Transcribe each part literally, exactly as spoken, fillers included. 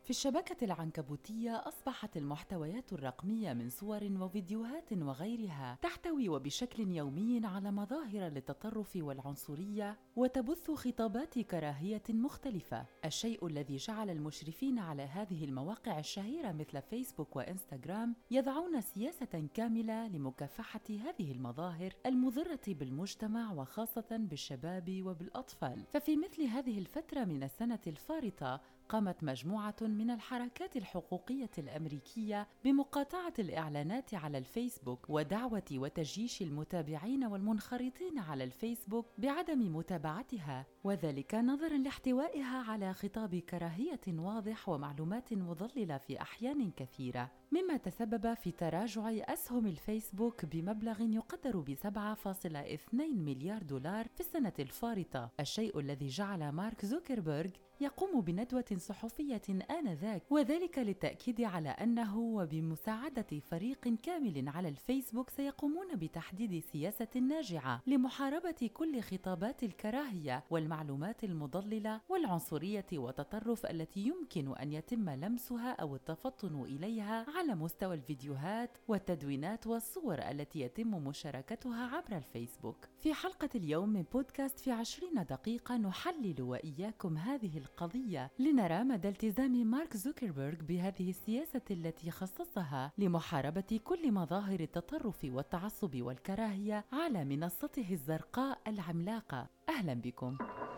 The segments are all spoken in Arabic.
في الشبكة العنكبوتية أصبحت المحتويات الرقمية من صور وفيديوهات وغيرها تحتوي وبشكل يومي على مظاهر للتطرف والعنصرية وتبث خطابات كراهية مختلفة، الشيء الذي جعل المشرفين على هذه المواقع الشهيرة مثل فيسبوك وإنستغرام يضعون سياسة كاملة لمكافحة هذه المظاهر المضرة بالمجتمع وخاصة بالشباب وبالأطفال. ففي مثل هذه الفترة من السنة الفارطة قامت مجموعة من الحركات الحقوقية الأمريكية بمقاطعة الإعلانات على الفيسبوك ودعوة وتجيش المتابعين والمنخرطين على الفيسبوك بعدم متابعتها، وذلك نظراً لاحتوائها على خطاب كراهية واضح ومعلومات مضللة في أحيان كثيرة، مما تسبب في تراجع أسهم الفيسبوك بمبلغ يقدر ب سبعة فاصلة اثنين مليار دولار في السنة الفارطة، الشيء الذي جعل مارك زوكربيرغ يقوم بندوة صحفية آنذاك، وذلك للتأكيد على أنه وبمساعدة فريق كامل على الفيسبوك سيقومون بتحديد سياسة ناجعة لمحاربة كل خطابات الكراهية والمعلومات المضللة والعنصرية والتطرف التي يمكن أن يتم لمسها أو التفطن إليها على مستوى الفيديوهات والتدوينات والصور التي يتم مشاركتها عبر الفيسبوك. في حلقة اليوم من بودكاست في عشرين دقيقة نحلل وإياكم هذه القضية لنرى مدى التزام مارك زوكربيرغ بهذه السياسة التي خصصها لمحاربة كل مظاهر التطرف والتعصب والكراهية على منصته الزرقاء العملاقة. أهلا بكم.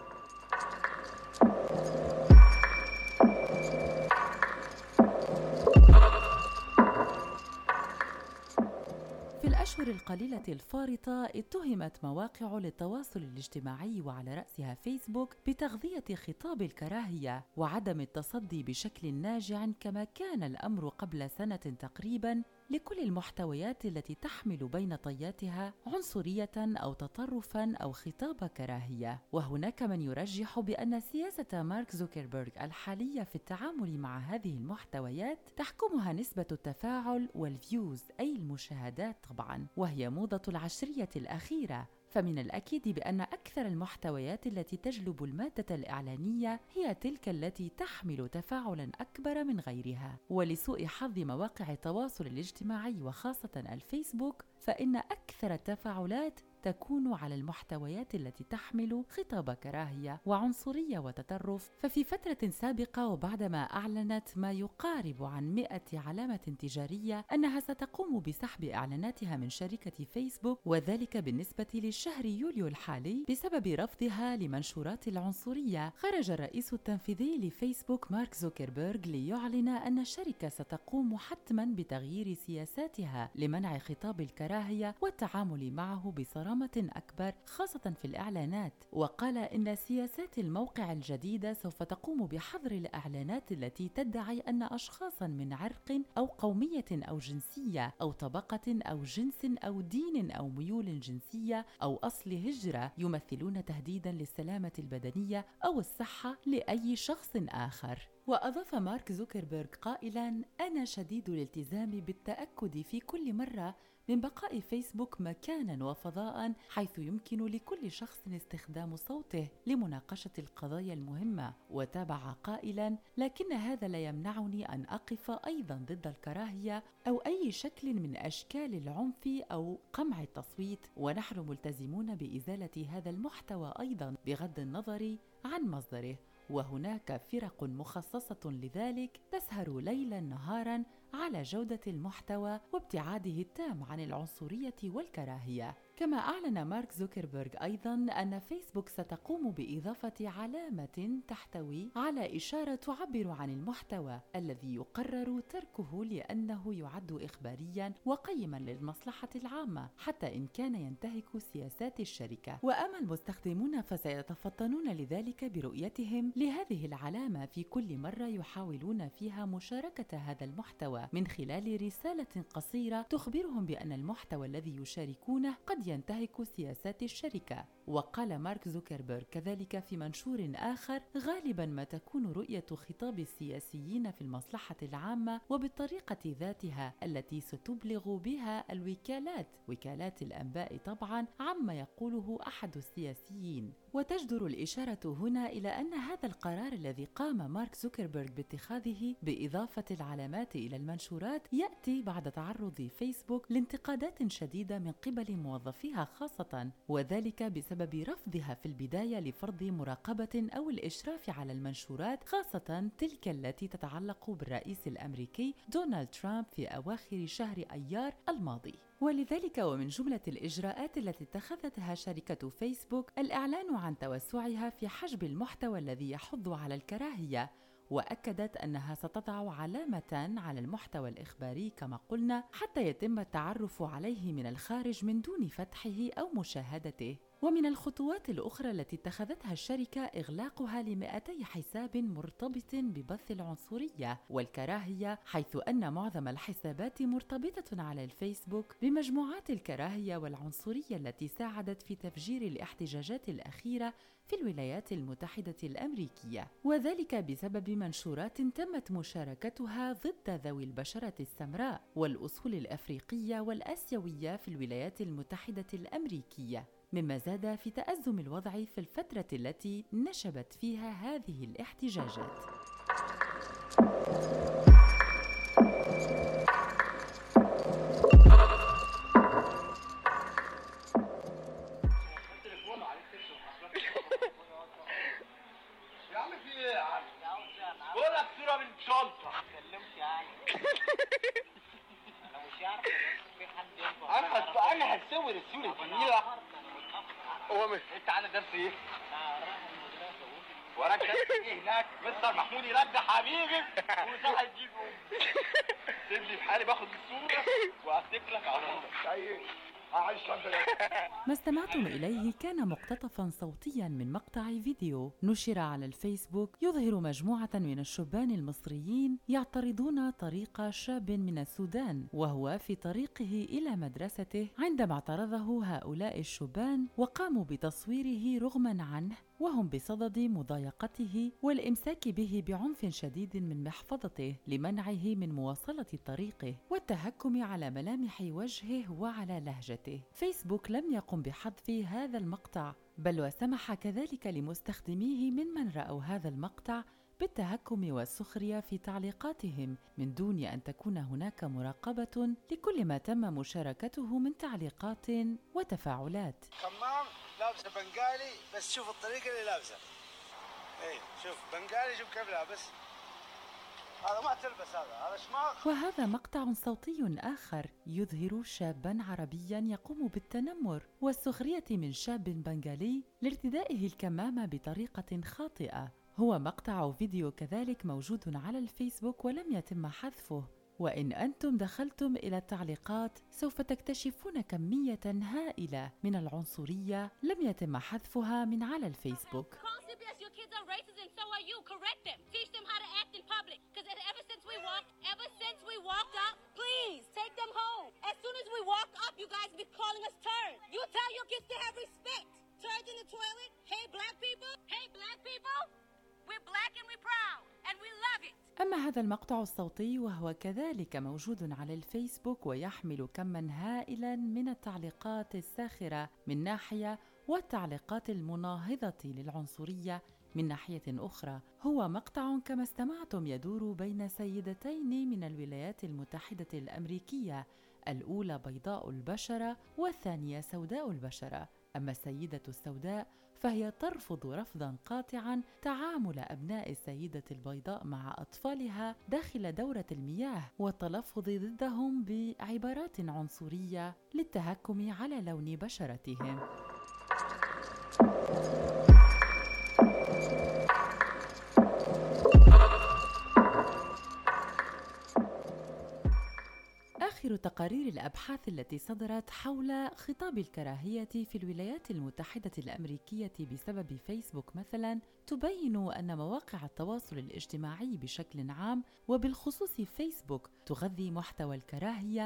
في الأشهر القليلة الفارطة اتهمت مواقع للتواصل الاجتماعي وعلى رأسها فيسبوك بتغذية خطاب الكراهية وعدم التصدي بشكل ناجع كما كان الأمر قبل سنة تقريباً لكل المحتويات التي تحمل بين طياتها عنصرية أو تطرفاً أو خطاب كراهية. وهناك من يرجح بأن سياسة مارك زوكربيرغ الحالية في التعامل مع هذه المحتويات تحكمها نسبة التفاعل والفيوز أي المشاهدات طبعاً، وهي موضة العشرية الأخيرة. فمن الأكيد بأن أكثر المحتويات التي تجلب المادة الإعلانية هي تلك التي تحمل تفاعلاً أكبر من غيرها. ولسوء حظ مواقع التواصل الاجتماعي وخاصة الفيسبوك فإن أكثر التفاعلات تكون على المحتويات التي تحمل خطاب كراهية وعنصرية وتطرف. ففي فترة سابقة وبعدما أعلنت ما يقارب عن مئة علامة تجارية أنها ستقوم بسحب إعلاناتها من شركة فيسبوك، وذلك بالنسبة للشهر يوليو الحالي بسبب رفضها لمنشورات العنصرية، خرج الرئيس التنفيذي لفيسبوك مارك زوكربيرغ ليعلن أن الشركة ستقوم حتما بتغيير سياساتها لمنع خطاب الكراهية والتعامل معه بصرامة أكبر خاصة في الإعلانات. وقال إن سياسات الموقع الجديدة سوف تقوم بحظر الإعلانات التي تدعي أن أشخاصا من عرق أو قومية أو جنسية أو طبقة أو جنس أو دين أو ميول جنسية أو أصل هجرة يمثلون تهديدا للسلامة البدنية أو الصحة لأي شخص آخر. وأضاف مارك زوكربيرغ قائلاً: أنا شديد الالتزام بالتأكد في كل مرة من بقاء فيسبوك مكاناً وفضاءً حيث يمكن لكل شخص استخدام صوته لمناقشة القضايا المهمة. وتابع قائلاً: لكن هذا لا يمنعني أن أقف أيضاً ضد الكراهية أو أي شكل من أشكال العنف أو قمع التصويت، ونحن ملتزمون بإزالة هذا المحتوى أيضاً بغض النظر عن مصدره. وهناك فرق مخصصة لذلك تسهر ليلاً نهاراً على جودة المحتوى وابتعاده التام عن العنصرية والكراهية. كما أعلن مارك زوكربيرغ أيضاً أن فيسبوك ستقوم بإضافة علامة تحتوي على إشارة تعبر عن المحتوى الذي يقرر تركه لأنه يعد إخبارياً وقيماً للمصلحة العامة حتى إن كان ينتهك سياسات الشركة. وأما المستخدمون فسيتفطنون لذلك برؤيتهم لهذه العلامة في كل مرة يحاولون فيها مشاركة هذا المحتوى من خلال رسالة قصيرة تخبرهم بأن المحتوى الذي يشاركونه قد ينتهك سياسات الشركة. وقال مارك زوكربيرغ كذلك في منشور آخر: غالباً ما تكون رؤية خطاب السياسيين في المصلحة العامة وبالطريقة ذاتها التي ستبلغ بها الوكالات، وكالات الأنباء طبعاً، عما يقوله أحد السياسيين. وتجدر الإشارة هنا إلى أن هذا القرار الذي قام مارك زوكربيرغ باتخاذه بإضافة العلامات إلى المنشورات يأتي بعد تعرض فيسبوك لانتقادات شديدة من قبل موظفيها خاصة، وذلك بسبب رفضها في البداية لفرض مراقبة أو الإشراف على المنشورات، خاصة تلك التي تتعلق بالرئيس الأمريكي دونالد ترامب في أواخر شهر أيار الماضي. ولذلك ومن جملة الإجراءات التي اتخذتها شركة فيسبوك الإعلان عن توسعها في حجب المحتوى الذي يحض على الكراهية، وأكدت أنها ستضع علامة على المحتوى الإخباري كما قلنا حتى يتم التعرف عليه من الخارج من دون فتحه أو مشاهدته. ومن الخطوات الأخرى التي اتخذتها الشركة إغلاقها لمئتي حساب مرتبط ببث العنصرية والكراهية، حيث أن معظم الحسابات مرتبطة على الفيسبوك بمجموعات الكراهية والعنصرية التي ساعدت في تفجير الاحتجاجات الأخيرة في الولايات المتحدة الأمريكية، وذلك بسبب منشورات تمت مشاركتها ضد ذوي البشرة السمراء والأصول الأفريقية والآسيوية في الولايات المتحدة الأمريكية، مما زاد في تأزم الوضع في الفترة التي نشبت فيها هذه الاحتجاجات. انا هسوي الصوره الجميله. هو مش انت عندك درس ايه؟ وراك درس ايه هناك؟ مستر محمود يرد حبيبي وصح تجيبه. سيبني في حالي باخد الصوره وافتك لك على طول. ما استمعتم إليه كان مقتطفاً صوتياً من مقطع فيديو نشر على الفيسبوك يظهر مجموعة من الشبان المصريين يعترضون طريق شاب من السودان وهو في طريقه إلى مدرسته، عندما اعترضه هؤلاء الشبان وقاموا بتصويره رغماً عنه وهم بصدد مضايقته والإمساك به بعنف شديد من محفظته لمنعه من مواصلة طريقه والتهكم على ملامح وجهه وعلى لهجته. فيسبوك لم يقم بحذف هذا المقطع، بل وسمح كذلك لمستخدميه ممن رأوا هذا المقطع بالتهكم والسخرية في تعليقاتهم من دون أن تكون هناك مراقبة لكل ما تم مشاركته من تعليقات وتفاعلات. خمام لابسه بنغالي، بس شوف الطريقه اللي لابسه. اي شوف بنغالي، شوف كيف لابس. هذا ما تلبس، هذا هذا شماغ. وهذا مقطع صوتي آخر يظهر شابا عربيا يقوم بالتنمر والسخرية من شاب بنغالي لارتدائه الكمامة بطريقة خاطئة. هو مقطع فيديو كذلك موجود على الفيسبوك ولم يتم حذفه، وإن أنتم دخلتم إلى التعليقات سوف تكتشفون كمية هائلة من العنصرية لم يتم حذفها من على الفيسبوك. أما هذا المقطع الصوتي وهو كذلك موجود على الفيسبوك ويحمل كماً هائلاً من التعليقات الساخرة من ناحية والتعليقات المناهضة للعنصرية من ناحية أخرى. هو مقطع كما استمعتم يدور بين سيدتين من الولايات المتحدة الأمريكية، الأولى بيضاء البشرة والثانية سوداء البشرة. أما السيدة السوداء فهي ترفض رفضاً قاطعاً تعامل أبناء السيدة البيضاء مع أطفالها داخل دورة المياه والتلفظ ضدهم بعبارات عنصرية للتهكم على لون بشرتهم. آخر تقارير الأبحاث التي صدرت حول خطاب الكراهية في الولايات المتحدة الأمريكية بسبب فيسبوك مثلاً تبين أن مواقع التواصل الاجتماعي بشكل عام وبالخصوص فيسبوك تغذي محتوى الكراهية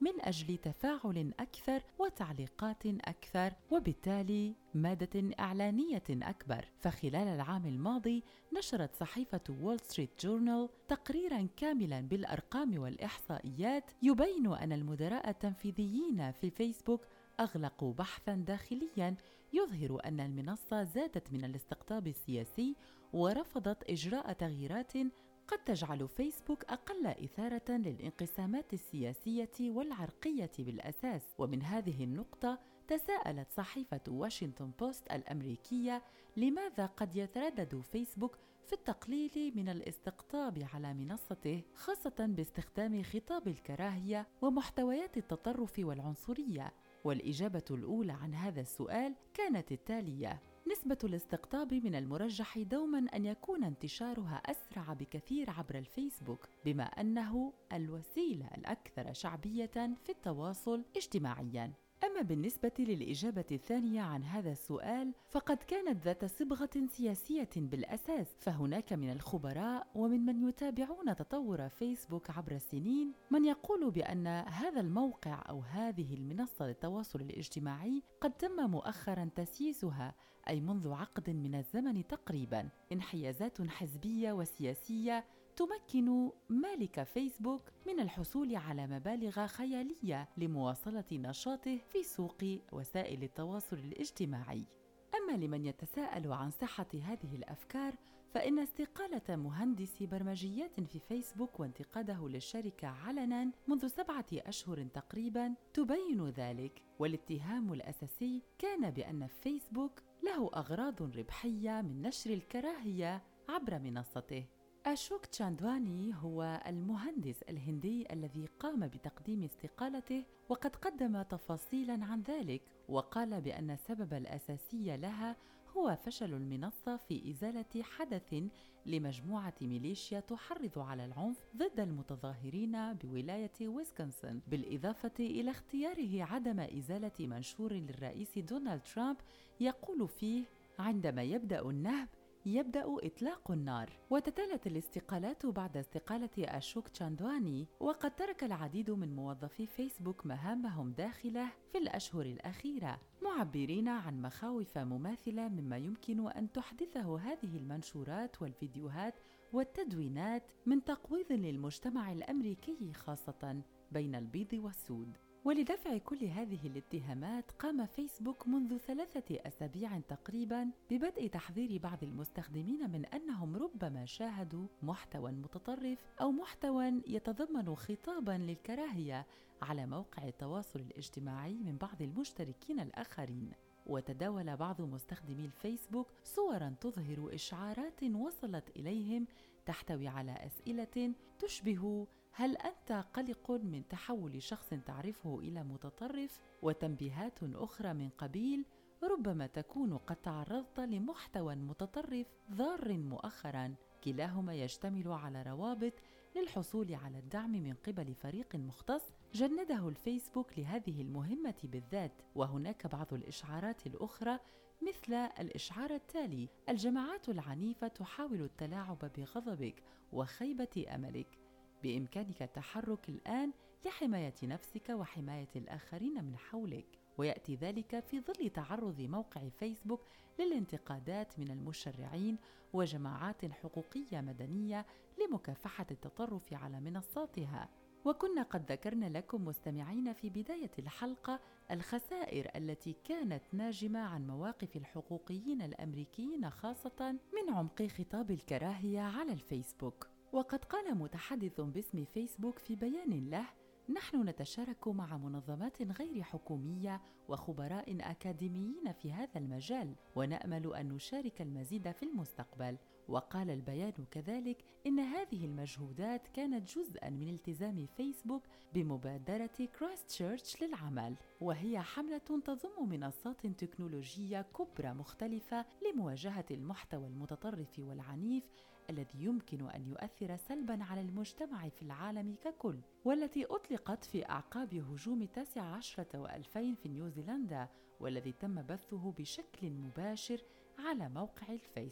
من أجل تفاعل أكثر وتعليقات أكثر، وبالتالي مادة إعلانية أكبر. فخلال العام الماضي نشرت صحيفة وول ستريت جورنال تقريراً كاملاً بالأرقام والإحصائيات يبين أن المدراء التنفيذيين في فيسبوك أغلقوا بحثاً داخلياً يظهر أن المنصة زادت من الاستقطاب السياسي ورفضت إجراء تغييرات قد تجعل فيسبوك أقل إثارة للانقسامات السياسية والعرقية بالأساس. ومن هذه النقطة تساءلت صحيفة واشنطن بوست الأمريكية لماذا قد يتردد فيسبوك في التقليل من الاستقطاب على منصته، خاصة باستخدام خطاب الكراهية ومحتويات التطرف والعنصرية. والإجابة الأولى عن هذا السؤال كانت التالية: نسبة الاستقطاب من المرجح دوماً أن يكون انتشارها أسرع بكثير عبر الفيسبوك، بما أنه الوسيلة الأكثر شعبية في التواصل اجتماعياً. أما بالنسبة للإجابة الثانية عن هذا السؤال فقد كانت ذات صبغة سياسية بالأساس، فهناك من الخبراء ومن من يتابعون تطور فيسبوك عبر السنين من يقول بأن هذا الموقع أو هذه المنصة للتواصل الاجتماعي قد تم مؤخراً تسييسها، أي منذ عقد من الزمن تقريباً. انحيازات حزبية وسياسية تمكن مالك فيسبوك من الحصول على مبالغ خيالية لمواصلة نشاطه في سوق وسائل التواصل الاجتماعي. أما لمن يتساءل عن صحة هذه الأفكار، فإن استقالة مهندس برمجيات في فيسبوك وانتقاده للشركة علناً منذ سبعة أشهر تقريباً تبين ذلك. والاتهام الأساسي كان بأن فيسبوك له أغراض ربحية من نشر الكراهية عبر منصته. أشوك تشاندواني هو المهندس الهندي الذي قام بتقديم استقالته، وقد قدم تفاصيلاً عن ذلك، وقال بأن السبب الأساسي لها هو فشل المنصة في إزالة حدث لمجموعة ميليشيا تحرض على العنف ضد المتظاهرين بولاية ويسكونسن، بالإضافة إلى اختياره عدم إزالة منشور للرئيس دونالد ترامب يقول فيه: عندما يبدأ النهب يبدأ إطلاق النار. وتتالت الاستقالات بعد استقالة أشوك تشاندواني، وقد ترك العديد من موظفي فيسبوك مهامهم داخله في الأشهر الأخيرة، معبرين عن مخاوف مماثلة مما يمكن أن تحدثه هذه المنشورات والفيديوهات والتدوينات من تقويض للمجتمع الأمريكي خاصة بين البيض والسود. ولدفع كل هذه الاتهامات قام فيسبوك منذ ثلاثة أسابيع تقريباً ببدء تحذير بعض المستخدمين من أنهم ربما شاهدوا محتوى متطرف أو محتوى يتضمن خطاباً للكراهية على موقع التواصل الاجتماعي من بعض المشتركين الآخرين. وتداول بعض مستخدمي الفيسبوك صوراً تظهر إشعارات وصلت إليهم تحتوي على أسئلة تشبه: هل أنت قلق من تحول شخص تعرفه إلى متطرف؟ وتنبيهات أخرى من قبيل: ربما تكون قد تعرضت لمحتوى متطرف ضار مؤخراً. كلاهما يشتمل على روابط للحصول على الدعم من قبل فريق مختص جنده الفيسبوك لهذه المهمة بالذات. وهناك بعض الإشعارات الأخرى مثل الإشعار التالي: الجماعات العنيفة تحاول التلاعب بغضبك وخيبة أملك، بإمكانك التحرك الآن لحماية نفسك وحماية الآخرين من حولك. ويأتي ذلك في ظل تعرض موقع فيسبوك للانتقادات من المشرعين وجماعات حقوقية مدنية لمكافحة التطرف على منصاتها. وكنا قد ذكرنا لكم مستمعين في بداية الحلقة الخسائر التي كانت ناجمة عن مواقف الحقوقيين الأمريكيين خاصة من عمق خطاب الكراهية على الفيسبوك. وقد قال متحدث باسم فيسبوك في بيان له: نحن نتشارك مع منظمات غير حكومية وخبراء أكاديميين في هذا المجال، ونأمل أن نشارك المزيد في المستقبل. وقال البيان كذلك إن هذه المجهودات كانت جزءاً من التزام فيسبوك بمبادرة كرايستشيرش للعمل، وهي حملة تضم منصات تكنولوجية كبرى مختلفة لمواجهة المحتوى المتطرف والعنيف الذي يمكن أن يؤثر سلباً على المجتمع في العالم ككل، والتي أطلقت في أعقاب هجوم التاسع عشرة وألفين في نيوزيلندا، والذي تم بثه بشكل مباشر على موقع الفيسبوك.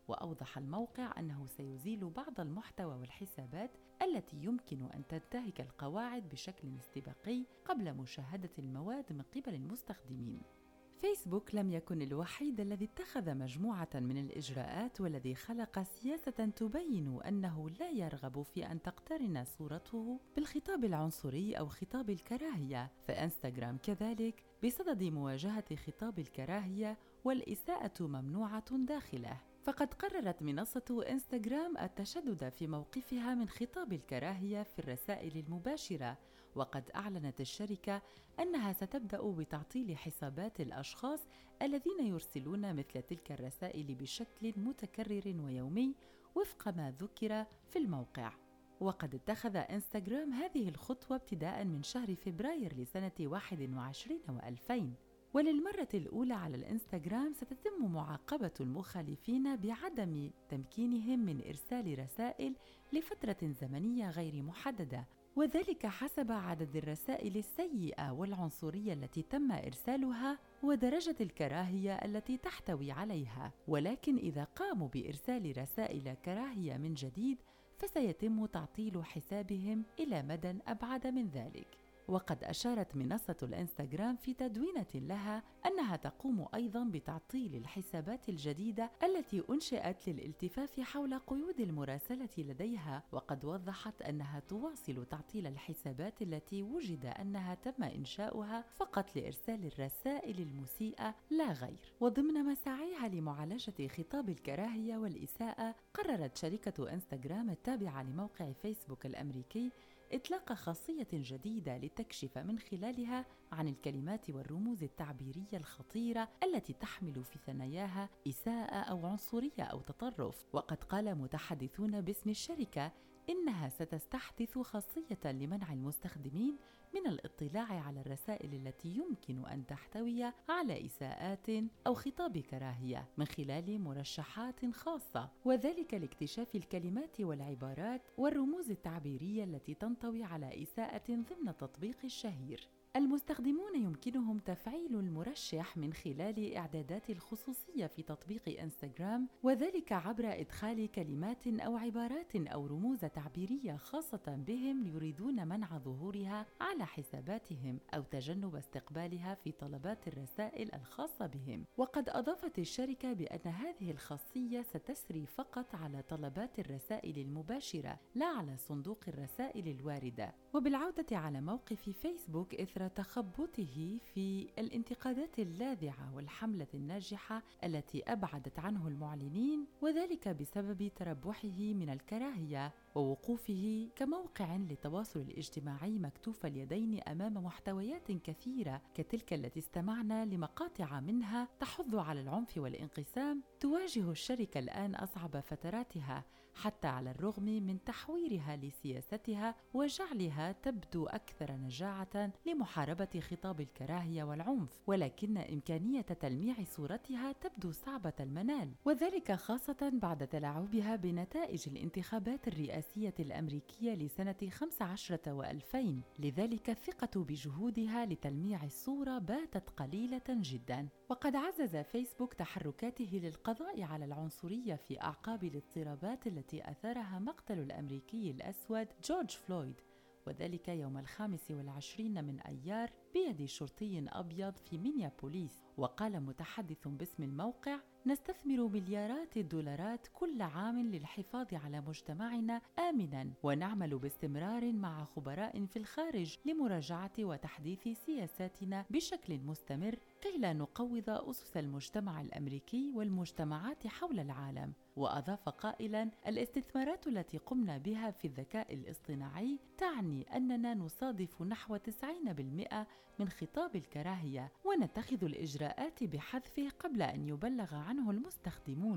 وأوضح الموقع أنه سيزيل بعض المحتوى والحسابات التي يمكن أن تنتهك القواعد بشكل استباقي قبل مشاهدة المواد من قبل المستخدمين. فيسبوك لم يكن الوحيد الذي اتخذ مجموعة من الإجراءات والذي خلق سياسة تبين أنه لا يرغب في أن تقترن صورته بالخطاب العنصري أو خطاب الكراهية، فإنستغرام كذلك بصدد مواجهة خطاب الكراهية والإساءة ممنوعة داخله. فقد قررت منصة إنستغرام التشدد في موقفها من خطاب الكراهية في الرسائل المباشرة، وقد أعلنت الشركة أنها ستبدأ بتعطيل حسابات الأشخاص الذين يرسلون مثل تلك الرسائل بشكل متكرر ويومي وفق ما ذكر في الموقع. وقد اتخذ إنستغرام هذه الخطوة ابتداء من شهر فبراير لسنة واحد وعشرين وألفين. وللمرة الأولى على الإنستغرام ستتم معاقبة المخالفين بعدم تمكينهم من إرسال رسائل لفترة زمنية غير محددة، وذلك حسب عدد الرسائل السيئة والعنصرية التي تم إرسالها ودرجة الكراهية التي تحتوي عليها. ولكن إذا قاموا بإرسال رسائل كراهية من جديد فسيتم تعطيل حسابهم إلى مدى أبعد من ذلك. وقد أشارت منصة الإنستغرام في تدوينة لها أنها تقوم أيضاً بتعطيل الحسابات الجديدة التي أنشئت للالتفاف حول قيود المراسلة لديها، وقد وضحت أنها تواصل تعطيل الحسابات التي وجد أنها تم إنشاؤها فقط لإرسال الرسائل المسيئة لا غير. وضمن مساعيها لمعالجة خطاب الكراهية والإساءة، قررت شركة إنستغرام التابعة لموقع فيسبوك الأمريكي إطلاق خاصية جديدة لتكشف من خلالها عن الكلمات والرموز التعبيرية الخطيرة التي تحمل في ثناياها إساءة أو عنصرية أو تطرف. وقد قال متحدثون باسم الشركة إنها ستستحدث خاصية لمنع المستخدمين من الاطلاع على الرسائل التي يمكن أن تحتوي على إساءات أو خطاب كراهية من خلال مرشحات خاصة، وذلك لاكتشاف الكلمات والعبارات والرموز التعبيرية التي تنطوي على إساءة ضمن التطبيق الشهير. المستخدمون يمكنهم تفعيل المرشح من خلال إعدادات الخصوصية في تطبيق إنستغرام، وذلك عبر إدخال كلمات أو عبارات أو رموز تعبيرية خاصة بهم يريدون منع ظهورها على حساباتهم أو تجنب استقبالها في طلبات الرسائل الخاصة بهم. وقد أضافت الشركة بأن هذه الخاصية ستسري فقط على طلبات الرسائل المباشرة لا على صندوق الرسائل الواردة. وبالعودة على موقف فيسبوك إثر تخبطه في الانتقادات اللاذعة والحملة الناجحة التي أبعدت عنه المعلنين، وذلك بسبب تربحه من الكراهية ووقوفه كموقع للتواصل الاجتماعي مكتوف اليدين أمام محتويات كثيرة كتلك التي استمعنا لمقاطع منها تحض على العنف والانقسام. تواجه الشركة الآن أصعب فتراتها حتى على الرغم من تحويرها لسياستها وجعلها تبدو أكثر نجاعة لمحاربة خطاب الكراهية والعنف، ولكن إمكانية تلميع صورتها تبدو صعبة المنال، وذلك خاصة بعد تلاعبها بنتائج الانتخابات الرئاسية الأمريكية لسنة خمسة عشر وألفين. لذلك الثقة بجهودها لتلميع الصورة باتت قليلة جدا. وقد عزز فيسبوك تحركاته للقضاء على العنصرية في أعقاب الاضطرابات التي أثارها مقتل الأمريكي الأسود جورج فلويد، وذلك يوم الخامس والعشرين من أيار بيد شرطي أبيض في مينيابوليس. وقال متحدث باسم الموقع: نستثمر مليارات الدولارات كل عام للحفاظ على مجتمعنا آمناً، ونعمل باستمرار مع خبراء في الخارج لمراجعة وتحديث سياساتنا بشكل مستمر كي لا نقوض أسس المجتمع الأمريكي والمجتمعات حول العالم. وأضاف قائلاً: الاستثمارات التي قمنا بها في الذكاء الاصطناعي تعني أننا نصادف نحو تسعين بالمئة من خطاب الكراهية، ونتخذ الإجراءات بحذفه قبل أن يبلغ عنه المستخدمون.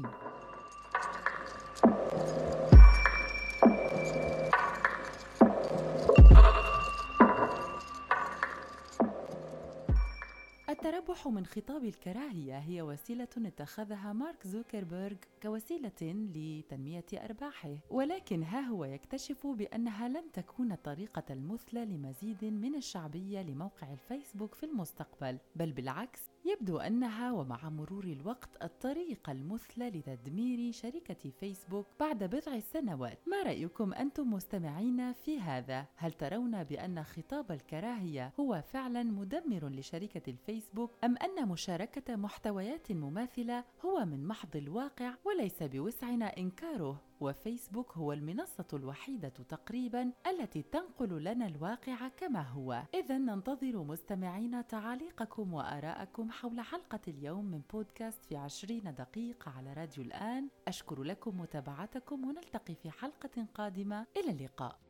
التربح من خطاب الكراهية هي وسيلة اتخذها مارك زوكربيرغ كوسيلة لتنمية أرباحه، ولكن ها هو يكتشف بأنها لن تكون الطريقة المثلى لمزيد من الشعبية لموقع الفيسبوك في المستقبل، بل بالعكس يبدو أنها ومع مرور الوقت الطريقة المثلى لتدمير شركة فيسبوك بعد بضع سنوات. ما رأيكم أنتم مستمعين في هذا؟ هل ترون بأن خطاب الكراهية هو فعلا مدمر لشركة الفيسبوك، أم أن مشاركة محتويات مماثلة هو من محض الواقع وليس بوسعنا إنكاره، وفيسبوك هو المنصة الوحيدة تقريبا التي تنقل لنا الواقع كما هو؟ إذن ننتظر مستمعين تعاليقكم وآراءكم حول حلقة اليوم من بودكاست في عشرين دقيقة على راديو الآن. أشكر لكم متابعتكم ونلتقي في حلقة قادمة. إلى اللقاء.